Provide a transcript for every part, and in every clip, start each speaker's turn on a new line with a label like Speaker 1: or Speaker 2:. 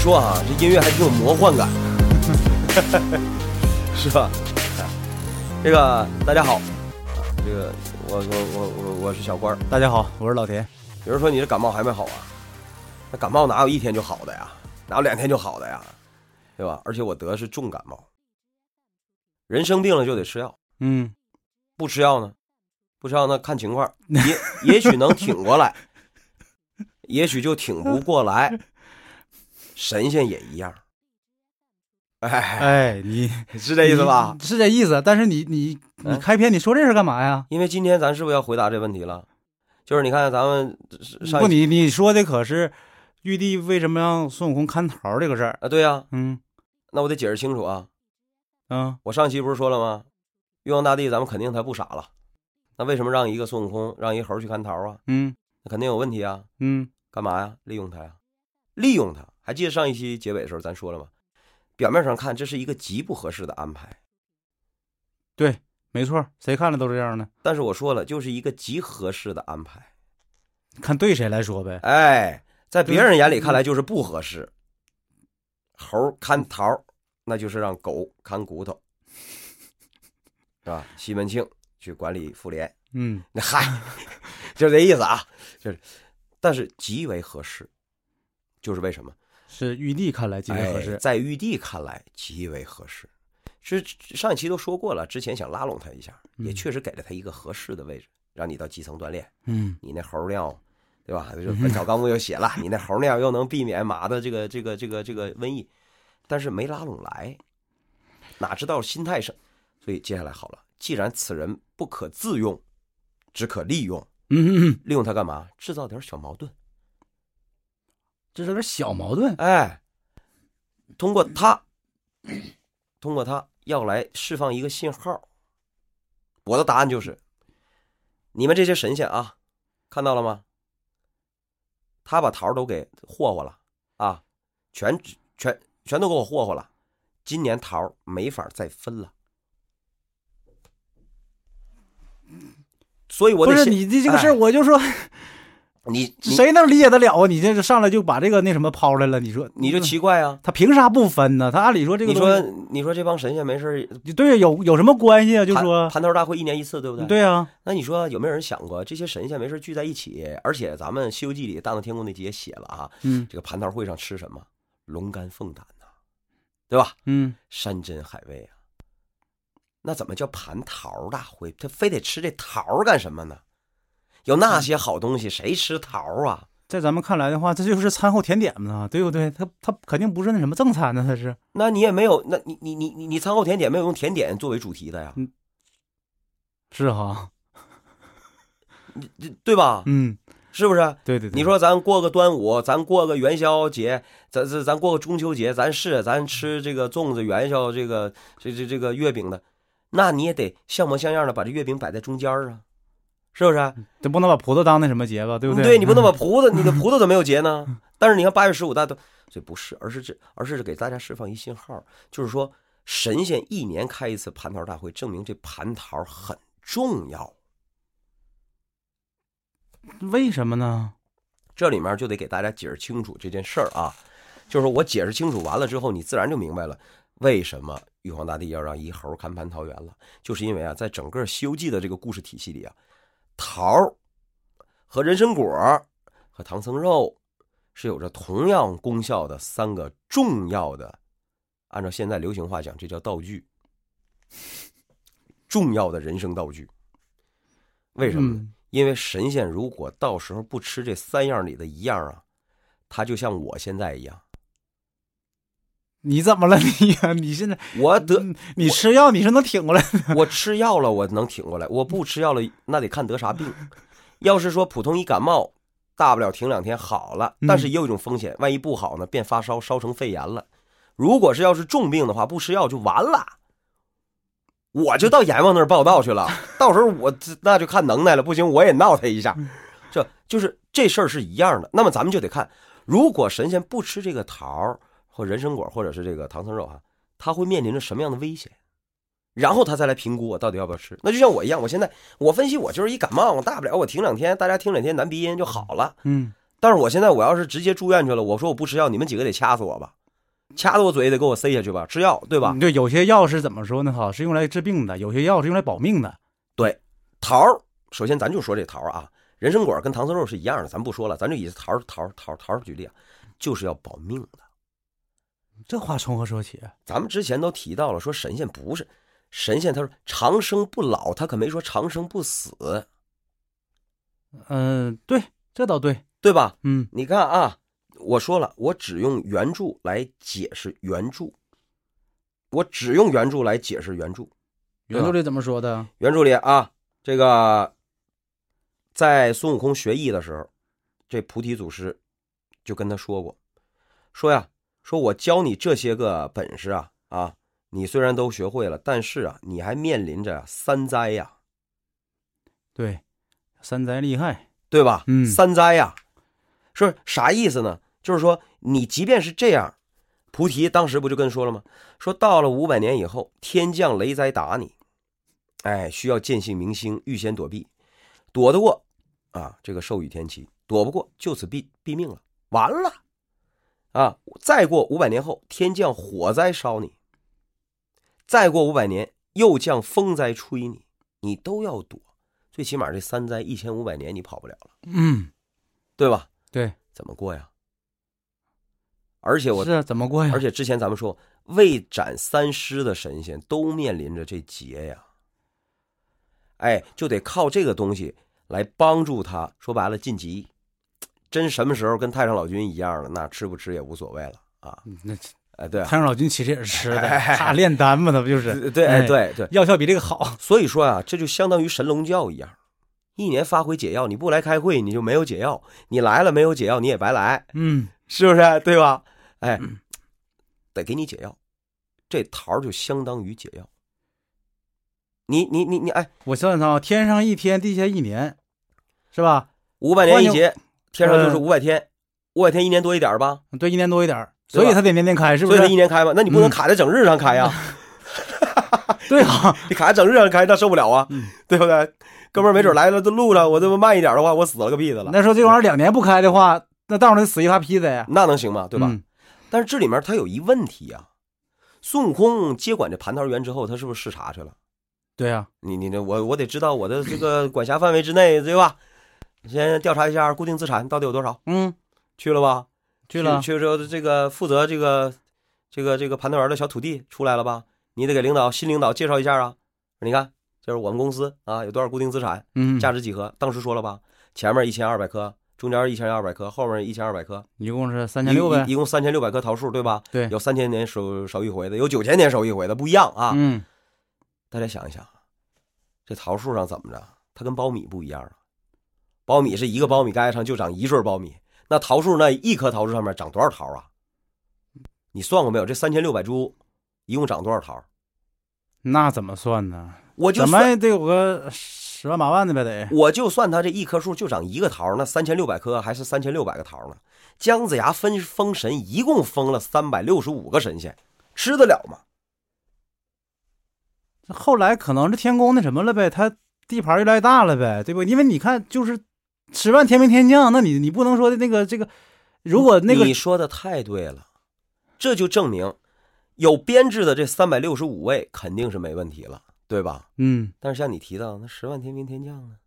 Speaker 1: 说啊，这音乐还挺有魔幻感，是吧？这个大家好，这个我是小官，
Speaker 2: 大家好，我是老田。
Speaker 1: 有人说你这感冒还没好啊？那感冒哪有一天就好的呀？哪有2天就好的呀？对吧？而且我得的是重感冒。人生病了就得吃药，不吃药呢？不吃药那看情况，也许能挺过来，也许就挺不过来。神仙也一样。
Speaker 2: 哎，你
Speaker 1: 是这意思吧？
Speaker 2: 是这意思，但是你开篇你说这是干嘛呀？
Speaker 1: 因为今天咱是不是要回答这问题了？就是你看咱们
Speaker 2: 不，你说的可是玉帝为什么让孙悟空看桃这个事儿
Speaker 1: 啊？对呀，
Speaker 2: 那
Speaker 1: 我得解释清楚啊。我上期不是说了吗？玉皇大帝咱们肯定他不傻了，那为什么让一个孙悟空让一猴去看桃啊？那肯定有问题啊。干嘛呀？利用他呀，利用他。还记得上一期结尾的时候咱说了吗？表面上看这是一个极不合适的安排，
Speaker 2: 对，没错，谁看了都这样呢。
Speaker 1: 但是我说了，就是一个极合适的安排，
Speaker 2: 看对谁来说呗。
Speaker 1: 哎，在别人眼里看来就是不合适。猴看桃，那就是让狗看骨头，是吧？西门庆去管理妇联，那嗨，就这意思啊，就是，但是极为合适，就是为什么？
Speaker 2: 是玉帝看来极为合适，
Speaker 1: 在玉帝看来极为合适。是上一期都说过了，之前想拉拢他一下，也确实给了他一个合适的位置，让你到基层锻炼。你那猴尿，对吧？《本草纲目》又写了，你那猴尿又能避免马的这个瘟疫，但是没拉拢来，哪知道心态上，所以接下来好了，既然此人不可自用，只可利用，利用他干嘛？制造点小矛盾。
Speaker 2: 这是点小矛盾，
Speaker 1: 哎，通过他要来释放一个信号。我的答案就是，你们这些神仙啊，看到了吗？他把桃都给霍霍了啊，全都给我霍霍了。今年桃没法再分了，所以我得
Speaker 2: 不是你这个事儿，我就说。
Speaker 1: 你
Speaker 2: 谁能理解得了啊？你这上来就把这个那什么抛来了，你说
Speaker 1: 你就奇怪啊？
Speaker 2: 他凭啥不分呢？他按理说这个
Speaker 1: 你说这帮神仙没事，
Speaker 2: 对，有什么关系啊？就说
Speaker 1: 蟠桃大会1年1次，对不对？
Speaker 2: 对啊。
Speaker 1: 那你说有没有人想过，这些神仙没事聚在一起？而且咱们《西游记》里大闹天宫那集也写了啊，这个蟠桃会上吃什么？龙肝凤胆呐，对吧？山珍海味啊。那怎么叫蟠桃大会？他非得吃这桃干什么呢？有那些好东西，谁吃桃啊？
Speaker 2: 在咱们看来的话，这就是餐后甜点嘛，对不对？他肯定不是那什么正餐呢，他是。
Speaker 1: 那你也没有，那你餐后甜点没有用甜点作为主题的呀？
Speaker 2: 是哈，
Speaker 1: 对吧？是不是？
Speaker 2: 对。
Speaker 1: 你说咱过个端午，咱过个元宵节，咱过个中秋节，咱吃这个粽子、元宵，这个月饼的，那你也得像模像样的把这月饼摆在中间啊。是不是？
Speaker 2: 这不能把葡萄当那什么节吧，对不对？
Speaker 1: 对，你不能把葡萄，你的葡萄怎么没有节呢？但是你看8月15大家都，所以不是，而是给大家释放一信号，就是说神仙1年开一次蟠桃大会，证明这蟠桃很重要。
Speaker 2: 为什么呢？
Speaker 1: 这里面就得给大家解释清楚这件事儿啊，就是我解释清楚完了之后，你自然就明白了为什么玉皇大帝要让一猴看蟠桃园了，就是因为啊，在整个《西游记》的这个故事体系里啊。桃和人参果和唐僧肉是有着同样功效的3个重要的，按照现在流行话讲，这叫道具，重要的人生道具。为什么？因为神仙如果到时候不吃这3样里的一样啊，他就像我现在一样。
Speaker 2: 你怎么了你呀？你现在你吃药你是能挺过来的。
Speaker 1: 我吃药了我能挺过来，我不吃药了那得看得啥病。要是说普通一感冒，大不了挺2天好了，但是也有一种风险，万一不好呢，变发烧，烧成肺炎了。如果要是重病的话，不吃药就完了，我就到阎王那儿报道去了。到时候我那就看能耐了，不行我也闹他一下。就是这事儿是一样的。那么咱们就得看，如果神仙不吃这个桃或人参果或者是这个唐僧肉啊，他会面临着什么样的危险？然后他再来评估我到底要不要吃。那就像我一样，我现在我分析我就是一感冒，我大不了我挺2天，大家听2天男鼻音就好了。但是我现在我要是直接住院去了，我说我不吃药，你们几个得掐死我吧？ 掐着我嘴得给我塞下去吧，吃药，对吧？
Speaker 2: 对，有些药是怎么说呢？哈，是用来治病的，有些药是用来保命的。
Speaker 1: 对，桃儿，首先咱就说这桃儿啊，人参果跟唐僧肉是一样的，咱不说了，咱就以桃儿举例啊，就是要保命的。
Speaker 2: 这话从何说起？
Speaker 1: 咱们之前都提到了，说神仙不是神仙，他说长生不老，他可没说长生不死。
Speaker 2: 对，这倒对，
Speaker 1: 对吧？
Speaker 2: 你
Speaker 1: 看啊，我说了，我只用原著来解释原著，我只用原著来解释原著。
Speaker 2: 原著里怎么说的？
Speaker 1: 原著里啊，这个在孙悟空学艺的时候，这菩提祖师就跟他说过，说我教你这些个本事啊，你虽然都学会了，但是啊，你还面临着三灾呀。
Speaker 2: 对，三灾厉害，
Speaker 1: 对吧？三灾呀，是啥意思呢？就是说，你即便是这样，菩提当时不就跟说了吗？说到了500年以后，天降雷灾打你，需要见信明星，预先躲避，躲得过啊，这个寿与天齐；躲不过，就此毙命了，完了啊！再过500年后，天降火灾烧你，再过500年又降风灾吹你，你都要躲。最起码这三灾1500年你跑不了了，对吧？
Speaker 2: 对，
Speaker 1: 怎么过呀？而且
Speaker 2: 是怎么过呀？
Speaker 1: 而且之前咱们说，未斩三尸的神仙都面临着这劫呀，就得靠这个东西来帮助他。说白了，晋级，真什么时候跟太上老君一样了，那吃不吃也无所谓了啊。对，
Speaker 2: 太上老君其实也是吃的，他炼丹嘛，他不就是？
Speaker 1: 对，
Speaker 2: 药效比这个好。
Speaker 1: 所以说啊，这就相当于神龙教一样，1年发回解药，你不来开会你就没有解药，你来了没有解药你也白来，是不是？对吧？得给你解药，这桃就相当于解药。你
Speaker 2: 我算算，天上1天，地下1年，是吧
Speaker 1: ？500年一劫，天上就是500天，500天1年多一点吧？
Speaker 2: 对，1年多一点。所以他得年年开，是不是？
Speaker 1: 所以他1年开吧，那你不能卡在整日上开呀？
Speaker 2: 对啊，
Speaker 1: 你卡在整日上开，那受不了啊，对不对？哥们儿没准来了这路上，我这么慢一点的话，我死了个屁的了。
Speaker 2: 那时候这玩意儿2年不开的话，那到时候死一拉坯子呀，
Speaker 1: 那能行吗？对吧？但是这里面他有一问题啊，孙悟空接管这蟠桃园之后，他是不是视察去了？
Speaker 2: 对啊，
Speaker 1: 我得知道我的这个管辖范围之内，对吧？先调查一下固定资产到底有多少。去了吧？去之后，这个负责这个蟠桃园的小土地出来了吧？你得给新领导介绍一下啊！你看，这是我们公司啊，有多少固定资产，价值几何？当时说了吧？前面1200棵，中间1200棵，后面1200棵，
Speaker 2: 一共是3600，
Speaker 1: 一共3600棵桃树，对吧？
Speaker 2: 对，
Speaker 1: 有3000年守一回的，有9000年守一回的，不一样啊。大家想一想，这桃树上怎么着？它跟苞米不一样啊！苞米是一个苞米杆上就长一穗苞米。那桃树那一棵桃树上面长多少桃啊？你算过没有？这3600株一共长多少桃？
Speaker 2: 那怎么算呢？
Speaker 1: 我就
Speaker 2: 怎么也得有个10万8万的呗得。
Speaker 1: 我就算它这一棵树就长一个桃，那3600棵还是3600个桃呢？姜子牙封神一共封了365个神仙，吃得了吗？
Speaker 2: 后来可能是天宫那什么了呗，他地盘越来越大了呗，对不？因为你看就是10万天兵天将，那你不能说的这个，如果那个
Speaker 1: 你说的太对了，这就证明有编制的这365位肯定是没问题了，对吧？但是像你提到那10万天兵天将呢？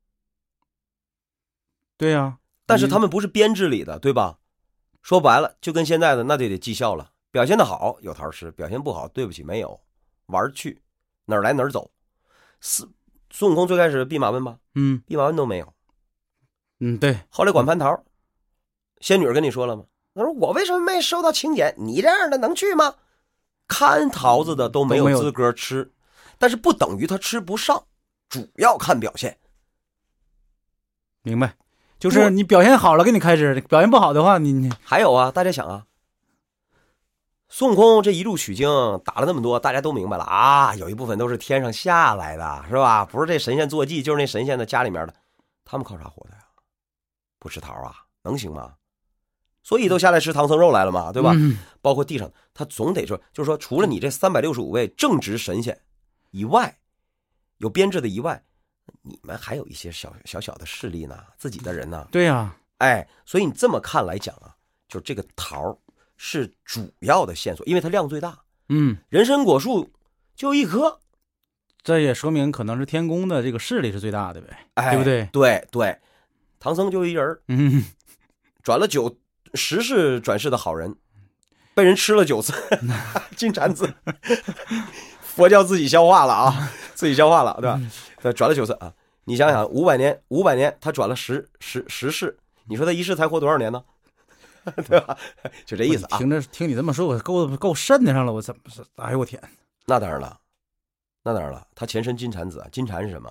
Speaker 2: 对呀，
Speaker 1: 但是他们不是编制里的，对吧？说白了就跟现在的那就得绩效了，表现的好有桃吃，表现不好对不起没有，玩去哪儿来哪儿走。孙悟空最开始弼马温吧，弼马温都没有。
Speaker 2: 对。
Speaker 1: 后来管蟠桃，仙女跟你说了吗？他说我为什么没收到请柬？你这样的能去吗？看桃子的都没有资格吃，但是不等于他吃不上，主要看表现。
Speaker 2: 明白，就是你表现好了给你开支，表现不好的话你
Speaker 1: 还有啊，大家想啊，孙悟空这一路取经打了那么多，大家都明白了啊，有一部分都是天上下来的，是吧？不是这神仙坐骑，就是那神仙的家里面的，他们靠啥活的呀？不吃桃啊，能行吗？所以都下来吃唐僧肉来了嘛，对吧？包括地上，他总得说，就是说，除了你这365位正直神仙以外，有编制的以外，你们还有一些小的势力呢，自己的人呢。
Speaker 2: 对呀，
Speaker 1: 所以你这么看来讲啊，就是这个桃是主要的线索，因为它量最大。
Speaker 2: 嗯，
Speaker 1: 人参果树就一棵，
Speaker 2: 这也说明可能是天宫的这个势力是最大的呗，
Speaker 1: 哎，
Speaker 2: 对不对？
Speaker 1: 对对，唐僧就一人，转了10世转世的好人，被人吃了9次金蝉子，佛教自己消化了啊，自己消化了，对吧？转了9次啊，你想想，500年他转了10世，你说他一世才活多少年呢？对吧？就这意思啊。
Speaker 2: 听你这么说，我够瘆得上了，我怎么是？哎呦我天！
Speaker 1: 那当然了，他前身金蝉子，金蝉是什么？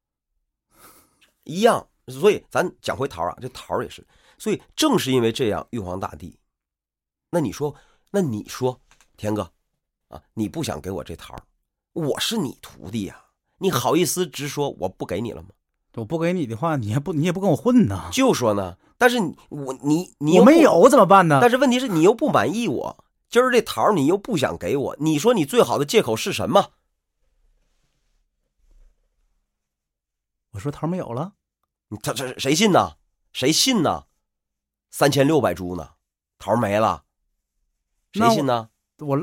Speaker 1: 一样。所以咱讲回桃啊，这桃也是。所以正是因为这样，玉皇大帝，那你说，田哥啊，你不想给我这桃，我是你徒弟呀，你好意思直说我不给你了吗？
Speaker 2: 我不给你的话，你也不跟我混呐。
Speaker 1: 就说呢，但是你
Speaker 2: 我没有怎么办呢？
Speaker 1: 但是问题是你又不满意我，今儿这桃你又不想给我，你说你最好的借口是什么？
Speaker 2: 我说桃没有了，
Speaker 1: 他这谁信呢？谁信呢？3600株呢，桃没了，谁信呢？
Speaker 2: 我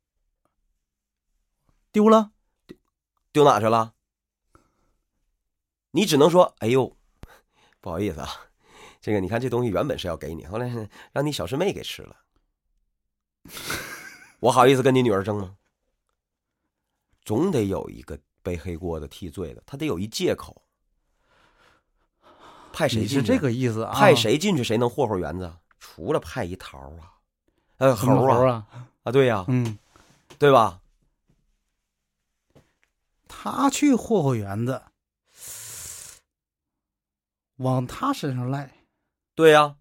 Speaker 2: 丢了，
Speaker 1: 丢哪去了？你只能说，哎呦，不好意思啊，这个你看这东西原本是要给你，后来是让你小师妹给吃了，我好意思跟你女儿争吗？总得有一个背黑锅的替罪的，他得有一借口。派谁进去？
Speaker 2: 你是这个意思啊？
Speaker 1: 派谁进去谁能霍霍园子？除了派一桃啊，猴啊，对呀，对吧？
Speaker 2: 他去霍霍园子，往他身上赖，
Speaker 1: 对呀，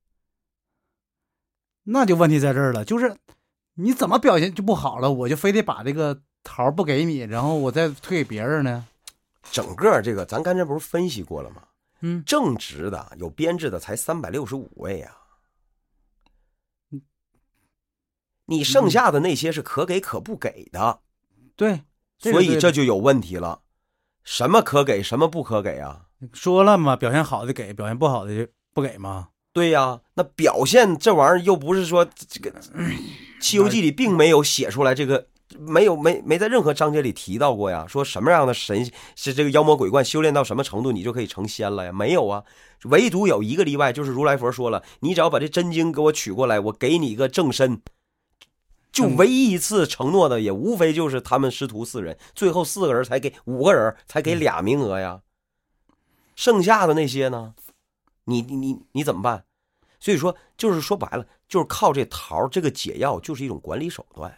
Speaker 2: 那就问题在这儿了，就是你怎么表现就不好了，我就非得把这个桃不给你，然后我再推给别人呢？
Speaker 1: 整个这个咱刚才不是分析过了吗？正职的有编制的才365位啊，你剩下的那些是可给可不给的，
Speaker 2: 对，
Speaker 1: 所以这就有问题了。什么可给，什么不可给啊？
Speaker 2: 说了嘛，表现好的给，表现不好的就不给吗？
Speaker 1: 对呀，那表现这玩意儿又不是说这个《西游记》里并没有写出来，这个没在任何章节里提到过呀。说什么样的神是这个妖魔鬼怪修炼到什么程度你就可以成仙了呀？没有啊，唯独有一个例外，就是如来佛说了，你只要把这真经给我取过来，我给你一个正身。就唯一一次承诺的，也无非就是他们师徒4人，最后5个人才给5个人才给2名额呀。剩下的那些呢？你怎么办？所以说，就是说白了，就是靠这桃这个解药，就是一种管理手段。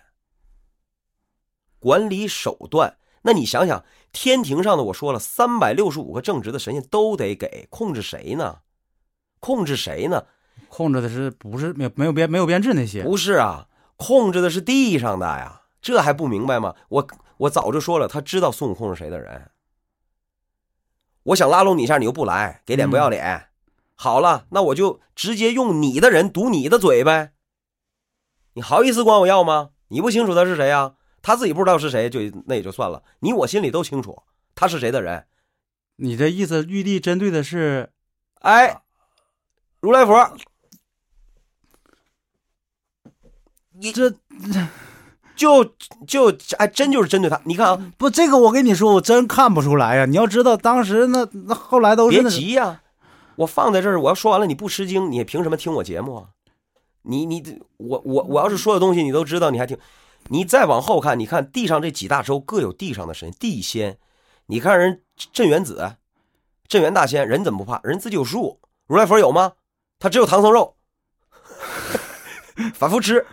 Speaker 1: 管理手段，那你想想，天庭上的我说了，365个正直的神仙都得给，控制谁呢？控制谁呢？
Speaker 2: 控制的是不是没有编制那些？
Speaker 1: 不是啊，控制的是地上的呀，这还不明白吗？我早就说了，他知道孙悟空是谁的人。我想拉拢你一下，你又不来，给脸不要脸。好了，那我就直接用你的人堵你的嘴呗。你好意思管我要吗？你不清楚他是谁啊？他自己不知道是谁，那也就算了。你我心里都清楚他是谁的人。
Speaker 2: 你这意思，玉帝针对的是，
Speaker 1: 哎，如来佛。你
Speaker 2: 这
Speaker 1: 还真就是针对他。你看啊，
Speaker 2: 不，这个我跟你说，我真看不出来呀。你要知道，当时那后来都是
Speaker 1: 别急呀，我放在这儿，我要说完了，你不吃惊，你也凭什么听我节目啊？我要是说的东西你都知道，你还听？你再往后看，你看地上这几大洲各有地上的神地仙，你看人镇元子、镇元大仙，人怎么不怕？人自己有树，如来佛有吗？他只有唐僧肉，反复吃。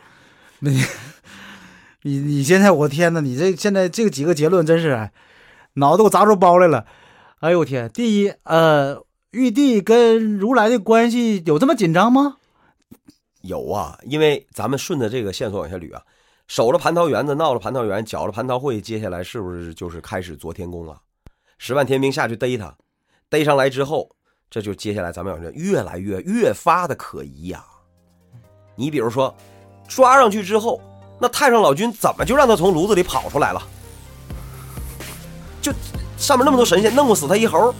Speaker 2: 你现在，我天哪！你现在这几个结论真是脑子给我砸出包来了。哎呦我天！第一，玉帝跟如来的关系有这么紧张吗？
Speaker 1: 有啊，因为咱们顺着这个线索往下捋啊，守了蟠桃园子，闹了蟠桃园，搅了蟠桃会，接下来是不是就是开始做天宫了？10万天兵下去逮他，逮上来之后，这就接下来咱们要越来越发的可疑呀。你比如说，抓上去之后，那太上老君怎么就让他从炉子里跑出来了？就上面那么多神仙，弄不死他一猴。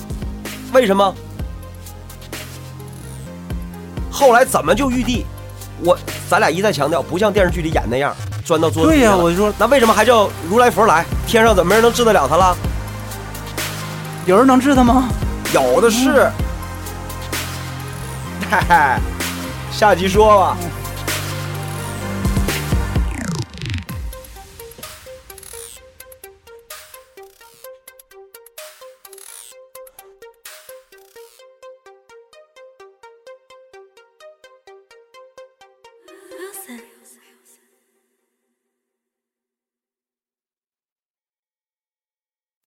Speaker 1: 为什么？后来怎么就玉帝咱俩一再强调，不像电视剧里演那样钻到桌子
Speaker 2: 对呀，
Speaker 1: 底下了。
Speaker 2: 我就说
Speaker 1: 那为什么还叫如来佛来？天上怎么没人能治得了他了？
Speaker 2: 有人能治他吗？
Speaker 1: 有的是。嘿嘿，下集说吧。